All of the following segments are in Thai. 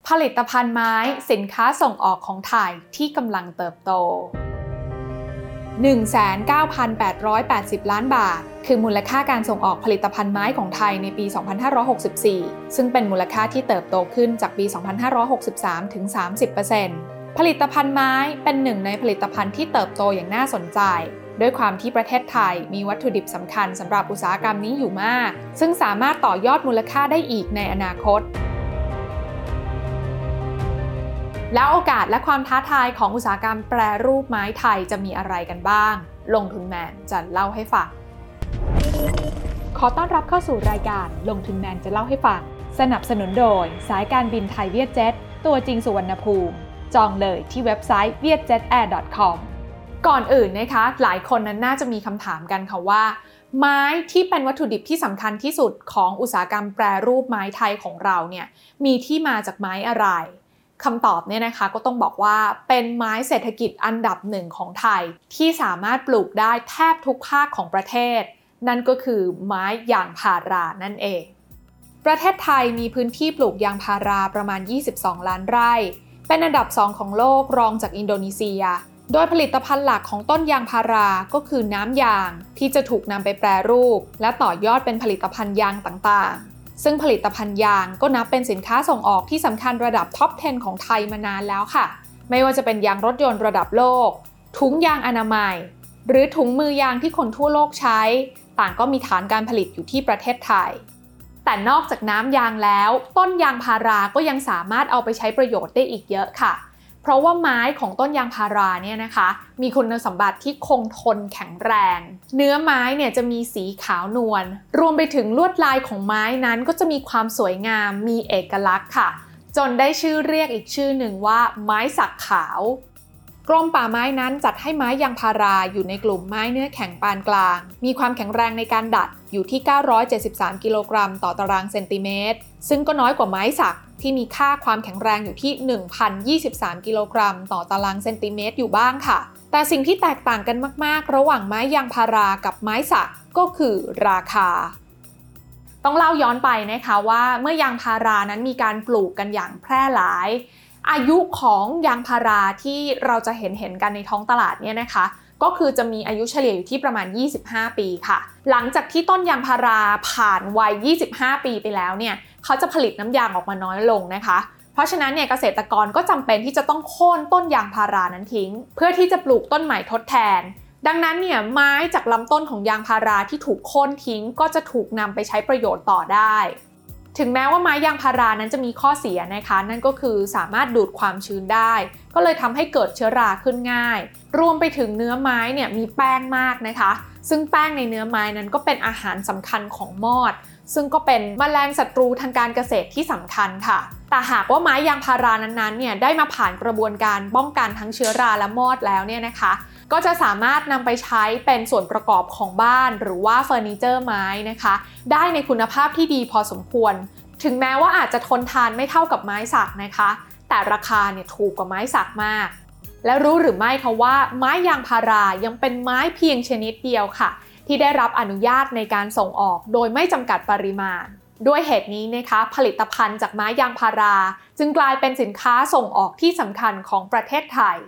ผลิตภัณฑ์ไม้สินค้าส่งออกของไทยที่กำลังเติบโต 19,880 ล้านบาทคือมูลค่าการส่งออกผลิตภัณฑ์ไม้ของไทยในปี 2564 ซึ่งเป็นมูลค่าที่เติบโตขึ้นจากปี 2563 ถึง 30%ผลิตภัณฑ์ไม้เป็นหนึ่งในผลิตภัณฑ์ที่เติบโตอย่างน่าสนใจด้วยความที่ประเทศไทยมีวัตถุดิบสำคัญสำหรับอุตสาหกรรมนี้อยู่มากซึ่งสามารถต่อยอดมูลค่าได้อีกในอนาคตแล้วโอกาสและความท้าทายของอุตสาหกรรมแปรรูปไม้ไทยจะมีอะไรกันบ้างลงทุนแมนจะเล่าให้ฟังขอต้อนรับเข้าสู่รายการลงทุนแมนจะเล่าให้ฟังสนับสนุนโดยสายการบินไทยเวียดเจ็ตตัวจริงสุวรรณภูมิจองเลยที่เว็บไซต์ vietjetair.com ก่อนอื่นนะคะหลายคนนั้นน่าจะมีคำถามกันค่ะว่าไม้ที่เป็นวัตถุดิบที่สำคัญที่สุดของอุตสาหกรรมแปรรูปไม้ไทยของเราเนี่ยมีที่มาจากไม้อะไรคำตอบเนี่ยนะคะก็ต้องบอกว่าเป็นไม้เศรษฐกิจอันดับหนึ่งของไทยที่สามารถปลูกได้แทบทุกภาคของประเทศนั่นก็คือไม้ยางพารานั่นเองประเทศไทยมีพื้นที่ปลูกยางพาราประมาณ22ล้านไร่เป็นอันดับ2ของโลกรองจากอินโดนีเซียโดยผลิตภัณฑ์หลักของต้นยางพาราก็คือน้ำยางที่จะถูกนำไปแปรรูปและต่อยอดเป็นผลิตภัณฑ์ยางต่างๆซึ่งผลิตภัณฑ์ยางก็นับเป็นสินค้าส่งออกที่สำคัญระดับท็อป 10 ของไทยมานานแล้วค่ะไม่ว่าจะเป็นยางรถยนต์ระดับโลกถุงยางอนามัยหรือถุงมือยางที่คนทั่วโลกใช้ต่างก็มีฐานการผลิตอยู่ที่ประเทศไทยแต่นอกจากน้ำยางแล้วต้นยางพาราก็ยังสามารถเอาไปใช้ประโยชน์ได้อีกเยอะค่ะเพราะว่าไม้ของต้นยางพาราเนี่ยนะคะมีคุณสมบัติที่คงทนแข็งแรงเนื้อไม้เนี่ยจะมีสีขาวนวลรวมไปถึงลวดลายของไม้นั้นก็จะมีความสวยงามมีเอกลักษณ์ค่ะจนได้ชื่อเรียกอีกชื่อหนึ่งว่าไม้สักขาวกรมป่าไม้นั้นจัดให้ไม้ยางพาราอยู่ในกลุ่มไม้เนื้อแข็งปานกลางมีความแข็งแรงในการดัดอยู่ที่973กิโลกรัมต่อตารางเซนติเมตรซึ่งก็น้อยกว่าไม้สักที่มีค่าความแข็งแรงอยู่ที่ 1,023 กิโลกรัมต่อตารางเซนติเมตรอยู่บ้างค่ะแต่สิ่งที่แตกต่างกันมากๆระหว่างไม้ยางพารากับไม้สักก็คือราคาต้องเล่าย้อนไปนะคะว่าเมื่อยางพารานั้นมีการปลูกกันอย่างแพร่หลายอายุของยางพาราที่เราจะเห็นกันในท้องตลาดเนี่ยนะคะก็คือจะมีอายุเฉลี่ยอยู่ที่ประมาณ25ปีค่ะหลังจากที่ต้นยางพาราผ่านวัย25ปีไปแล้วเนี่ยเขาจะผลิตน้ำยางออกมาน้อยลงนะคะเพราะฉะนั้นเนี่ยเกษตรกรก็จำเป็นที่จะต้องโค่นต้นยางพารานั้นทิ้งเพื่อที่จะปลูกต้นใหม่ทดแทนดังนั้นเนี่ยไม้จากลำต้นของยางพาราที่ถูกโค่นทิ้งก็จะถูกนำไปใช้ประโยชน์ต่อได้ถึงแม้ว่าไม้ยางพารานั้นจะมีข้อเสียนะคะนั่นก็คือสามารถดูดความชื้นได้ก็เลยทำให้เกิดเชื้อราขึ้นง่ายรวมไปถึงเนื้อไม้เนี่ยมีแป้งมากนะคะซึ่งแป้งในเนื้อไม้นั้นก็เป็นอาหารสำคัญของมอดซึ่งก็เป็นแมลงศัตรูทางการเกษตรที่สำคัญค่ะแต่หากว่าไม้ยางพารานั้นเนี่ยได้มาผ่านกระบวนการป้องกันทั้งเชื้อราและมอดแล้วเนี่ยนะคะก็จะสามารถนำไปใช้เป็นส่วนประกอบของบ้านหรือว่าเฟอร์นิเจอร์ไม้นะคะได้ในคุณภาพที่ดีพอสมควรถึงแม้ว่าอาจจะทนทานไม่เท่ากับไม้สักนะคะแต่ราคาเนี่ยถูกกว่าไม้สักมากและรู้หรือไม่คะว่าไม้ยางพารายังเป็นไม้เพียงชนิดเดียวค่ะที่ได้รับอนุญาตในการส่งออกโดยไม่จำกัดปริมาณด้วยเหตุนี้นะคะผลิตภัณฑ์จากไม้ยางพาราจึงกลายเป็นสินค้าส่งออกที่สำคัญของประเทศไทย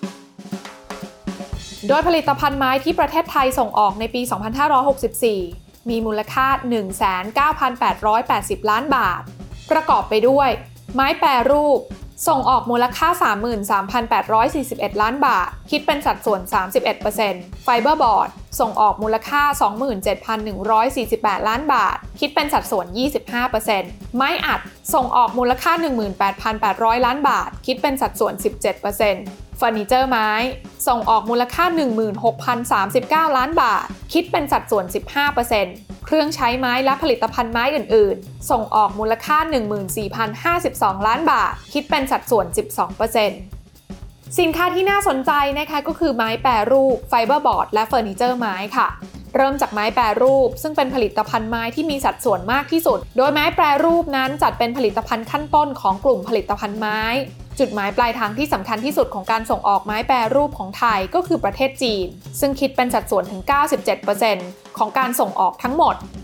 โดยผลิตภัณฑ์ไม้ที่ประเทศไทยส่งออกในปี 2564 มีมูลค่า 19,880 ล้านบาทประกอบไปด้วยไม้แปรรูปส่งออกมูลค่า 33,841 ล้านบาทคิดเป็นสัดส่วน 31% ไฟเบอร์บอร์ดส่งออกมูลค่า 27,148 ล้านบาทคิดเป็นสัดส่วน 25% ไม้อัดส่งออกมูลค่า 18,800 ล้านบาทคิดเป็นสัดส่วน 17%เฟอร์นิเจอร์ไม้ส่งออกมูลค่า 16,039 ล้านบาทคิดเป็นสัดส่วน 15%เครื่องใช้ไม้และผลิตภัณฑ์ไม้อื่นๆส่งออกมูลค่า 14,052 ล้านบาทคิดเป็นสัดส่วน 12%สินค้าที่น่าสนใจนะคะก็คือไม้แปรรูปไฟเบอร์บอร์ดและเฟอร์นิเจอร์ไม้ค่ะเริ่มจากไม้แปรรูปซึ่งเป็นผลิตภัณฑ์ไม้ที่มีสัดส่วนมากที่สุดโดยไม้แปรรูปนั้นจัดเป็นผลิตภัณฑ์ขั้นต้นของกลุ่มผลิตภัณฑ์ไม้จุดหมายปลายทางที่สำคัญที่สุดของการส่งออกไม้แปรรูปของไทยก็คือประเทศจีนซึ่งคิดเป็นสัดส่วนถึง 97% ของการส่งออกทั้งหมด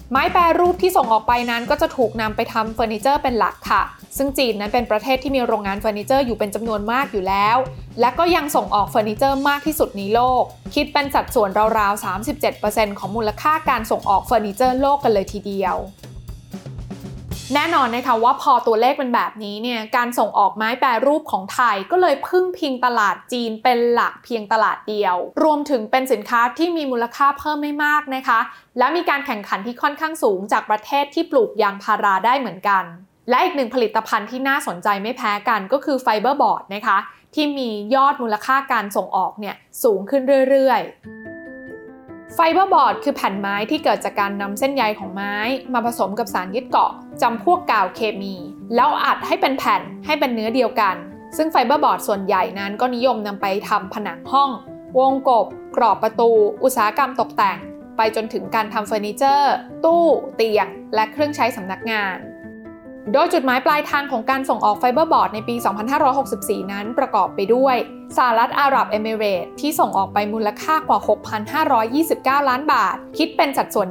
ไม้แปรรูปที่ส่งออกไปนั้นก็จะถูกนำไปทำเฟอร์นิเจอร์เป็นหลักค่ะซึ่งจีนนั้นเป็นประเทศที่มีโรงงานเฟอร์นิเจอร์อยู่เป็นจำนวนมากอยู่แล้วและก็ยังส่งออกเฟอร์นิเจอร์มากที่สุดในโลกคิดเป็นสัดส่วนราวๆ 37% ของมูลค่าการส่งออกเฟอร์นิเจอร์โลกกันเลยทีเดียวแน่นอนนะคะว่าพอตัวเลขเป็นแบบนี้เนี่ยการส่งออกไม้แปรรูปของไทยก็เลยพึ่งพิงตลาดจีนเป็นหลักเพียงตลาดเดียวรวมถึงเป็นสินค้าที่มีมูลค่าเพิ่มไม่มากนะคะและมีการแข่งขันที่ค่อนข้างสูงจากประเทศที่ปลูกยางพาราได้เหมือนกันและอีกหนึ่งผลิตภัณฑ์ที่น่าสนใจไม่แพ้กันก็คือไฟเบอร์บอร์ดนะคะที่มียอดมูลค่าการส่งออกเนี่ยสูงขึ้นเรื่อยๆไฟเบอร์บอร์ดคือแผ่นไม้ที่เกิดจากการนำเส้นใยของไม้มาผสมกับสารยึดเกาะจำพวกกาวเคมีแล้วอัดให้เป็นแผ่นให้เป็นเนื้อเดียวกันซึ่งไฟเบอร์บอร์ดส่วนใหญ่นั้นก็นิยมนำไปทำผนังห้องวงกบกรอบประตูอุตสาหกรรมตกแต่งไปจนถึงการทำเฟอร์นิเจอร์ตู้เตียงและเครื่องใช้สำนักงานโดยจุดหมายปลายทางของการส่งออกไฟเบอร์บอร์ดในปี 2564 นั้นประกอบไปด้วยสหรัฐอาหรับเอมิเรตส์ที่ส่งออกไปมูลค่ากว่า 6,529 ล้านบาทคิดเป็นสัดส่วน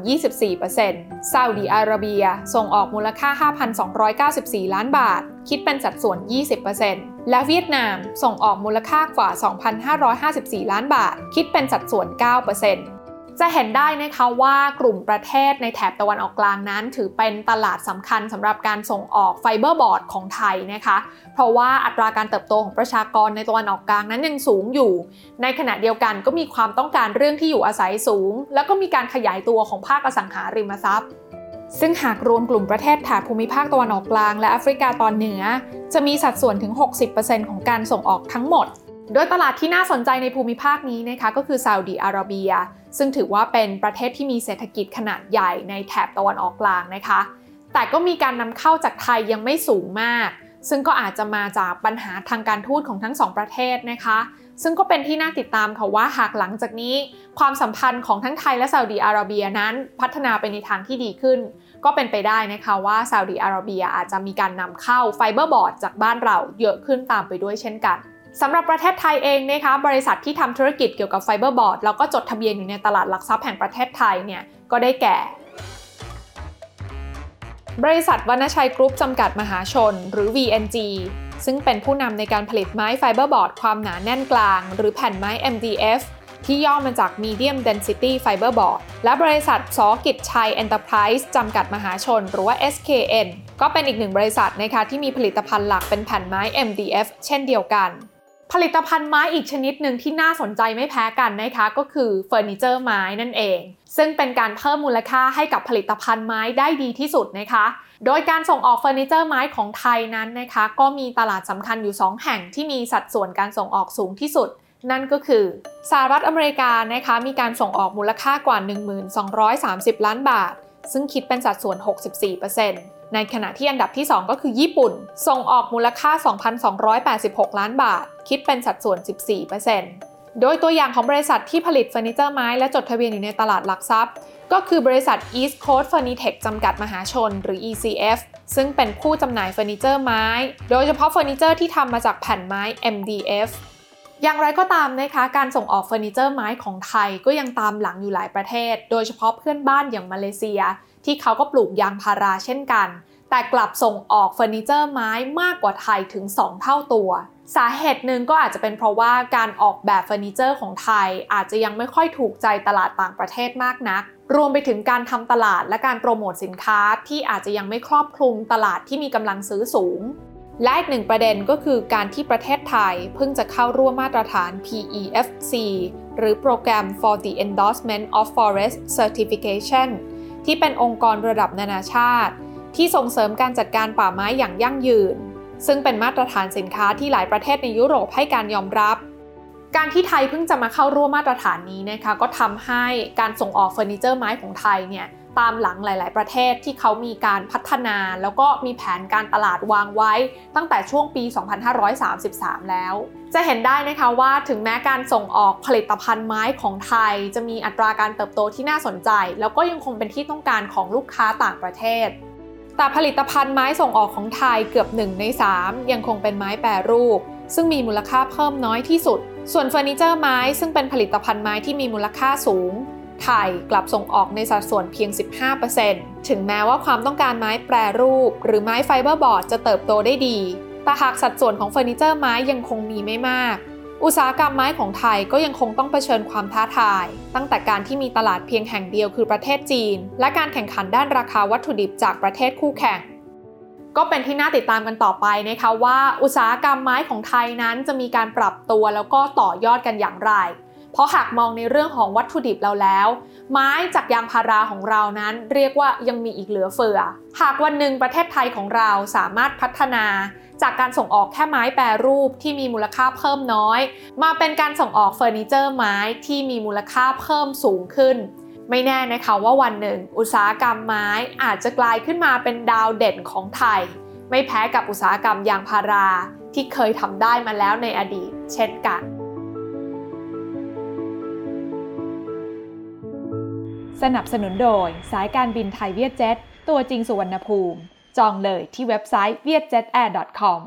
24% ซาอุดิอาระเบียส่งออกมูลค่า 5,294 ล้านบาทคิดเป็นสัดส่วน 20% และเวียดนามส่งออกมูลค่ากว่า 2,554 ล้านบาทคิดเป็นสัดส่วน 9%จะเห็นได้นะคะว่ากลุ่มประเทศในแถบตะวันออกกลางนั้นถือเป็นตลาดสำคัญสำหรับการส่งออกไฟเบอร์บอร์ดของไทยนะคะเพราะว่าอัตราการเติบโตของประชากรในตะวันออกกลางนั้นยังสูงอยู่ในขณะเดียวกันก็มีความต้องการเรื่องที่อยู่อาศัยสูงแล้วก็มีการขยายตัวของภาคอสังหาริมทรัพย์ซึ่งหากรวมกลุ่มประเทศแถบภูมิภาคตะวันออกกลางและแอฟริกาตอนเหนือจะมีสัดส่วนถึง 60% ของการส่งออกทั้งหมดโดยตลาดที่น่าสนใจในภูมิภาคนี้นะคะก็คือซาอุดิอาระเบียซึ่งถือว่าเป็นประเทศที่มีเศรษฐกิจขนาดใหญ่ในแถบตะวันออกกลางนะคะแต่ก็มีการนำเข้าจากไทยยังไม่สูงมากซึ่งก็อาจจะมาจากปัญหาทางการทูตของทั้งสองประเทศนะคะซึ่งก็เป็นที่น่าติดตามค่ะว่าหากหลังจากนี้ความสัมพันธ์ของทั้งไทยและซาอุดิอาระเบียนั้นพัฒนาไปในทางที่ดีขึ้นก็เป็นไปได้นะคะว่าซาอุดิอาระเบียอาจจะมีการนำเข้าไฟเบอร์บอร์ดจากบ้านเราเยอะขึ้นตามไปด้วยเช่นกันสำหรับประเทศไทยเองนะคะบริษัทที่ทำธุรกิจเกี่ยวกับไฟเบอร์บอร์ดแล้วก็จดทะเบียนอยู่ในตลาดหลักทรัพย์แห่งประเทศไทยเนี่ยก็ได้แก่บริษัทวรรณชัยกรุ๊ปจำกัดมหาชนหรือ VNG ซึ่งเป็นผู้นำในการผลิตไม้ไฟเบอร์บอร์ดความหนาแน่นกลางหรือแผ่นไม้ MDF ที่ย่อมาจาก Medium Density Fiber Board และบริษัทสกิจชัย Enterprise จำกัดมหาชนหรือว่า SKN ก็เป็นอีกหนึ่งบริษัทนะคะที่มีผลิตภัณฑ์หลักเป็นแผ่นไม้ MDF เช่นเดียวกันผลิตภัณฑ์ไม้อีกชนิดหนึ่งที่น่าสนใจไม่แพ้กันนะคะก็คือเฟอร์นิเจอร์ไม้นั่นเองซึ่งเป็นการเพิ่มมูลค่าให้กับผลิตภัณฑ์ไม้ได้ดีที่สุดนะคะโดยการส่งออกเฟอร์นิเจอร์ไม้ของไทยนั้นนะคะก็มีตลาดสำคัญอยู่2แห่งที่มีสัดส่วนการส่งออกสูงที่สุดนั่นก็คือสหรัฐอเมริกานะคะมีการส่งออกมูลค่ากว่า 1,230 ล้านบาทซึ่งคิดเป็นสัดส่วน 64%ในขณะที่อันดับที่2ก็คือญี่ปุ่นส่งออกมูลค่า 2,286 ล้านบาทคิดเป็นสัดส่วน 14% โดยตัวอย่างของบริษัทที่ผลิตเฟอร์นิเจอร์ไม้และจดทะเบียนอยู่ในตลาดหลักทรัพย์ก็คือบริษัท East Coast Furnitech จำกัดมหาชนหรือ ECF ซึ่งเป็นผู้จำหน่ายเฟอร์นิเจอร์ไม้โดยเฉพาะเฟอร์นิเจอร์ที่ทำมาจากแผ่นไม้ MDF อย่างไรก็ตามนะคะการส่งออกเฟอร์นิเจอร์ไม้ของไทยก็ยังตามหลังอยู่หลายประเทศโดยเฉพาะเพื่อนบ้านอย่างมาเลเซียที่เขาก็ปลูกยางพาราเช่นกันแต่กลับส่งออกเฟอร์นิเจอร์ไม้มากกว่าไทยถึง2เท่าตัวสาเหตุหนึ่งก็อาจจะเป็นเพราะว่าการออกแบบเฟอร์นิเจอร์ของไทยอาจจะยังไม่ค่อยถูกใจตลาดต่างประเทศมากนักรวมไปถึงการทำตลาดและการโปรโมทสินค้าที่อาจจะยังไม่ครอบคลุมตลาดที่มีกำลังซื้อสูงและอีกหนึ่งประเด็นก็คือการที่ประเทศไทยเพิ่งจะเข้าร่วมมาตรฐาน PEFC หรือ Program for the Endorsement of Forest Certification ที่เป็นองค์กรระดับนานาชาติที่ส่งเสริมการจัดการป่าไม้อย่างยั่งยืนซึ่งเป็นมาตรฐานสินค้าที่หลายประเทศในยุโรปให้การยอมรับการที่ไทยเพิ่งจะมาเข้าร่วมมาตรฐานนี้นะคะก็ทำให้การส่งออกเฟอร์นิเจอร์ไม้ของไทยเนี่ยตามหลังหลายๆประเทศที่เขามีการพัฒนาแล้วก็มีแผนการตลาดวางไว้ตั้งแต่ช่วงปี 2533 แล้วจะเห็นได้นะคะว่าถึงแม้การส่งออกผลิตภัณฑ์ไม้ของไทยจะมีอัตราการเติบโตที่น่าสนใจแล้วก็ยังคงเป็นที่ต้องการของลูกค้าต่างประเทศแต่ผลิตภัณฑ์ไม้ส่งออกของไทยเกือบ1 ใน 3ยังคงเป็นไม้แปรรูปซึ่งมีมูลค่าเพิ่มน้อยที่สุดส่วนเฟอร์นิเจอร์ไม้ซึ่งเป็นผลิตภัณฑ์ไม้ที่มีมูลค่าสูงไทยกลับส่งออกในสัดส่วนเพียง 15% ถึงแม้ว่าความต้องการไม้แปรรูปหรือไม้ไฟเบอร์บอร์ดจะเติบโตได้ดีแต่หากสัดส่วนของเฟอร์นิเจอร์ไม้ยังคงมีไม่มากอุตสาหกรรมไม้ของไทยก็ยังคงต้องเผชิญความท้าทายตั้งแต่การที่มีตลาดเพียงแห่งเดียวคือประเทศจีนและการแข่งขันด้านราคาวัตถุดิบจากประเทศคู่แข่งก็เป็นที่น่าติดตามกันต่อไปนะคะว่าอุตสาหกรรมไม้ของไทยนั้นจะมีการปรับตัวแล้วก็ต่อยอดกันอย่างไรเพราะหากมองในเรื่องของวัตถุดิบเราแล้วไม้จากยางพาราของเรานั้นเรียกว่ายังมีอีกเหลือเฟือหากวันหนึ่งประเทศไทยของเราสามารถพัฒนาจากการส่งออกแค่ไม้แปรรูปที่มีมูลค่าเพิ่มน้อยมาเป็นการส่งออกเฟอร์นิเจอร์ไม้ที่มีมูลค่าเพิ่มสูงขึ้นไม่แน่นะคะว่าวันหนึ่งอุตสาหกรรมไม้อาจจะกลายขึ้นมาเป็นดาวเด่นของไทยไม่แพ้กับอุตสาหกรรมยางพาราที่เคยทำได้มาแล้วในอดีตเช่นกันสนับสนุนโดยสายการบินไทยเวียดเจ็ตตัวจริงสุวรรณภูมิจองเลยที่เว็บไซต์ vietjetair.com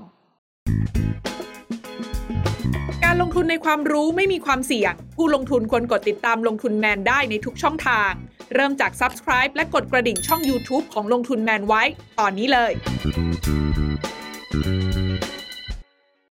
การลงทุนในความรู้ไม่มีความเสี่ยงผู้ลงทุนควรกดติดตามลงทุนแมนได้ในทุกช่องทางเริ่มจาก Subscribe และกดกระดิ่งช่อง YouTube ของลงทุนแมนไว้ตอนนี้เลย